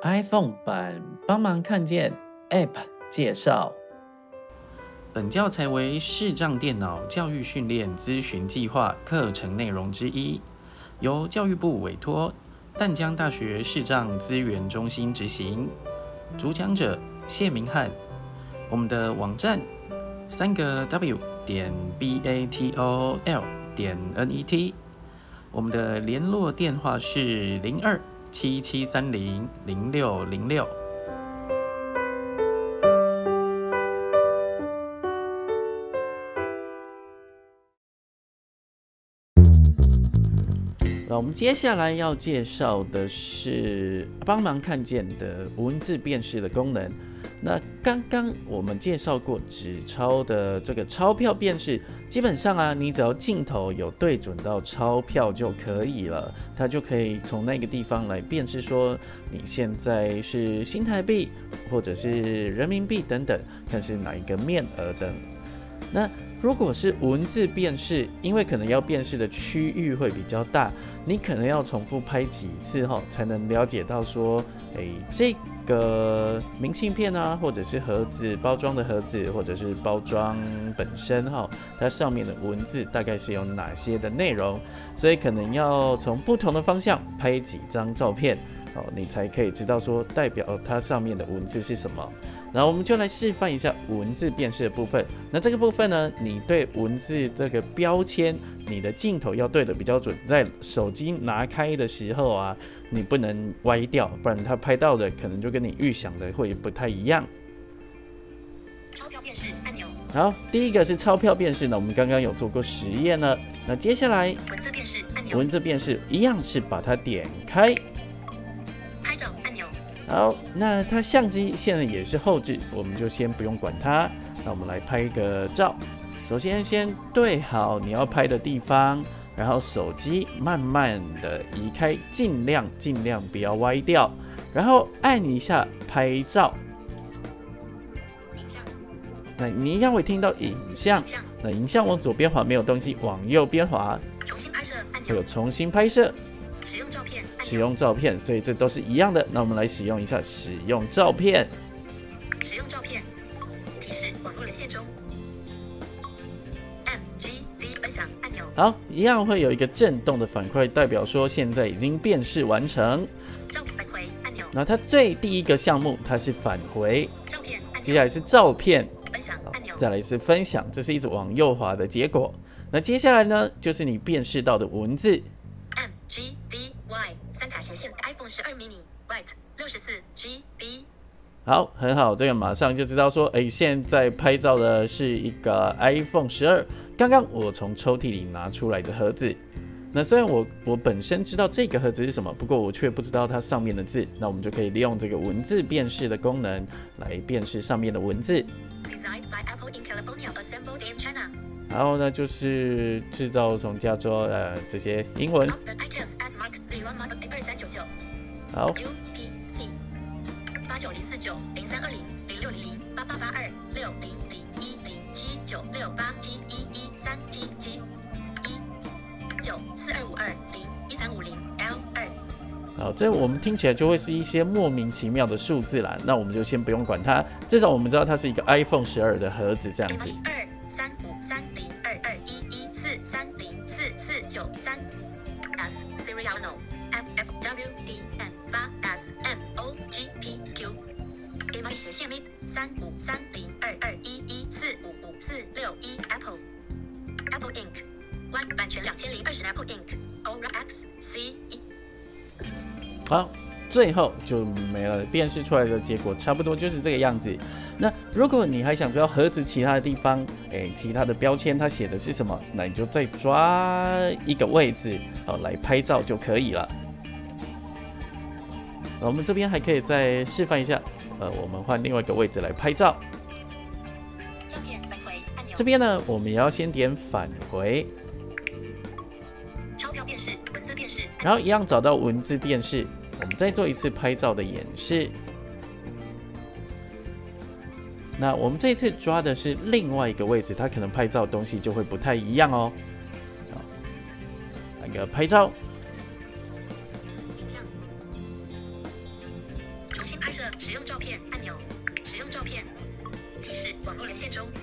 iPhone 版帮忙看见 App 介绍。本教材为视障电脑教育训练咨询计划课程内容之一，由教育部委托淡江大学视障资源中心执行。主讲者谢明翰。我们的网站3w.batol.net， 我们的联络电话是02-7730-0606。那我们接下来要介绍的是帮忙看见的文字辨识的功能。那刚刚我们介绍过纸钞的这个钞票辨识，基本上啊，你只要镜头有对准到钞票就可以了，它就可以从那个地方来辨识说你现在是新台币或者是人民币等等，看是哪一个面额等。那如果是文字辨识，因为可能要辨识的区域会比较大，你可能要重复拍几次才能了解到说，这个明信片啊，或者是盒子包装的盒子，或者是包装本身它上面的文字大概是有哪些的内容，所以可能要从不同的方向拍几张照片，你才可以知道说代表它上面的文字是什么。然后我们就来示范一下文字辨识的部分。那这个部分呢，你对文字这个标签，你的镜头要对的比较准，在手机拿开的时候啊，你不能歪掉，不然它拍到的可能就跟你预想的会不太一样。 钞票辨识按钮。 好，第一个是钞票辨识呢，我们刚刚有做过实验了。那接下来文字辨识按钮。 文字辨识一样是把它点开。 拍照按钮。 好，那它相机现在也是后置，我们就先不用管它。那我们来拍一个照，首先先对好你要拍的地方，然后手机慢慢的移开，尽量不要歪掉，然后按一下拍照。 影像。 那你一样会听到影像，那影像往左边滑没有东西，往右边滑， 重新拍摄按钮。 会有重新拍摄。 使用照片按钮。 使用照片，所以这都是一样的。那我们来使用一下使用照片。 使用照片。提示网络连线中。MGD 分享按钮。 好，一样会有一个震动的反馈，代表说现在已经辨识完成。 照片返回按钮。 那它第一个项目它是返回， 照片按钮。 接下来是照片， 分享按钮。 再来是分享，这是一直往右滑的结果。那接下来呢，就是你辨识到的文字。 MGDY 三塔斜线 iPhone 12 mini White 64GB。 好，很好，这个马上就知道说，现在拍照的是一个 iPhone 12，刚刚我从抽屉里拿出来的盒子。那虽然我本身知道这个盒子是什么，不过我却不知道它上面的字，那我们就可以利用这个文字辨识的功能来辨识上面的文字。 Designed by Apple in California, assembled in China. 然后呢，就是制造从加州这些英文。 Of the items as marked, the run mark A2399. 好。 UPC 890460010796816001G968G11425201350L2。 好，这我们听起来就会是一些莫名其妙的数字啦，那我们就先不用管它，至少我们知道它是一个 iPhone 12的盒子这样子。 235302143044493 S Siriano FFWDN8SMOGPQ MI 斜线 MID 35302211455461 Apple Inc. One 版权2020 Apple Inc. Aura X C1。 好，最后就没了，辨识出来的结果差不多就是这个样子。那如果你还想知道盒子其他的地方，其他的标签它写的是什么，那你就再抓一个位置来拍照就可以了。我们这边还可以再示范一下，我们换另外一个位置来拍照。 照片返回按钮。 这边呢，我们也要先点返回。 钞票辨识，文字辨识， 然后一样找到文字辨识，我们再做一次拍照的演示。那我们这一次抓的是另外一个位置，它可能拍照的东西就会不太一样哦。那个拍照， 影像，重新拍摄，使用照片按钮，使用照片。提示：网络连线中。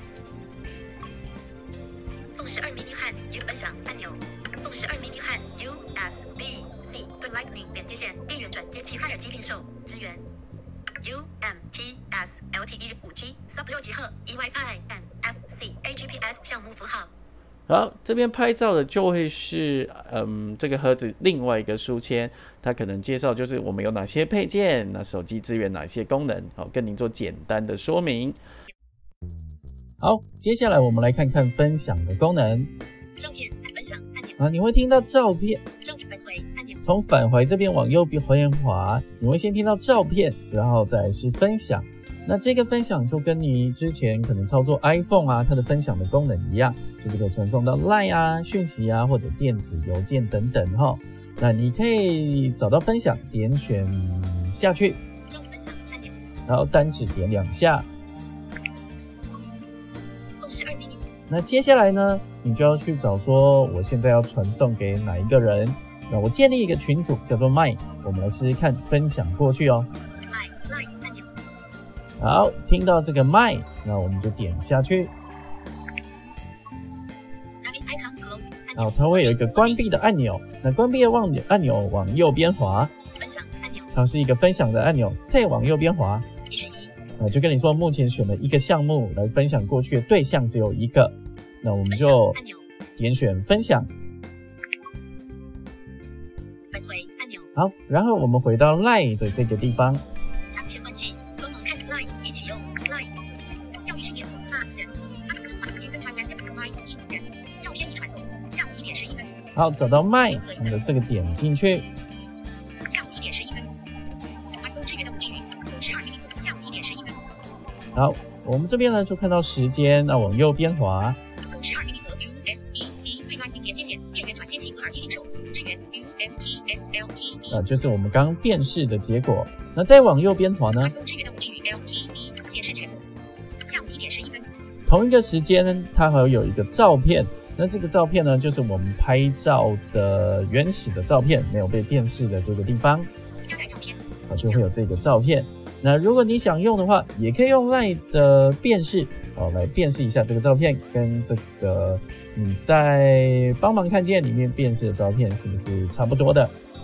凤12 mini 和 U 分享按钮。凤12 mini 和 USB-C 对 Lightning 连接线、电源转接器和耳机零售支援。UMTS LTE 5G Sub 6结合 eWiFi NFC AGPS 项目符号。 好，这边拍照的就会是这个盒子另外一个书签，它可能介绍就是我们有哪些配件，那手机支援哪些功能，好，跟您做简单的说明。好，接下来我们来看看分享的功能。 照片分享按钮你会听到照片， 照片返回按钮。从返回这边往右边滑，你会先听到照片，然后再来是分享。那这个分享就跟你之前可能操作 iPhone 啊，它的分享的功能一样，就是可以传送到 LINE 啊、讯息啊或者电子邮件等等哈。那你可以找到分享，点选下去， 分享按钮， 然后单指点2下。那接下来呢，你就要去找说我现在要传送给哪一个人。那我建立一个群组叫做 My， 我们来试试看分享过去哦。好，听到这个 My， 那我们就点下去，然后它会有一个关闭的按钮，那关闭的按钮往右边滑， 分享按钮， 它是一个分享的按钮，再往右边滑， 一选一， 就跟你说目前选了一个项目来分享过去的对象只有一个，那我们就点选分享， 返回按钮， 好，然后我们回到 LINE 的这个地方。 切换器功能看 LINE 一起用 LINE 教育训练组8人1分传完整 LINE 1人照片已传送下午1点11分。 好，找到 My， 我们的这个点进去。 下午1点11分。iPhone 支援的5G 云12 mini 下午1点11分。 好，我们这边呢就看到时间，那往右边滑。 12 mini 和 USB-C 对 Lightning 连接线、电源转接器和耳机零售支援 UMTS LTE。 就是我们刚刚辨识的结果。那再往右边滑呢？ 支援的5G 与 LTE 显示全部。下午1点11分。 同一个时间，它还有一个照片。那这个照片呢，就是我们拍照的原始的照片，没有被辨识的这个地方。 加载照片。 就会有这个照片。那如果你想用的话，也可以用 LINE 的辨识，来辨识一下这个照片跟这个你在帮忙看见里面辨识的照片是不是差不多的。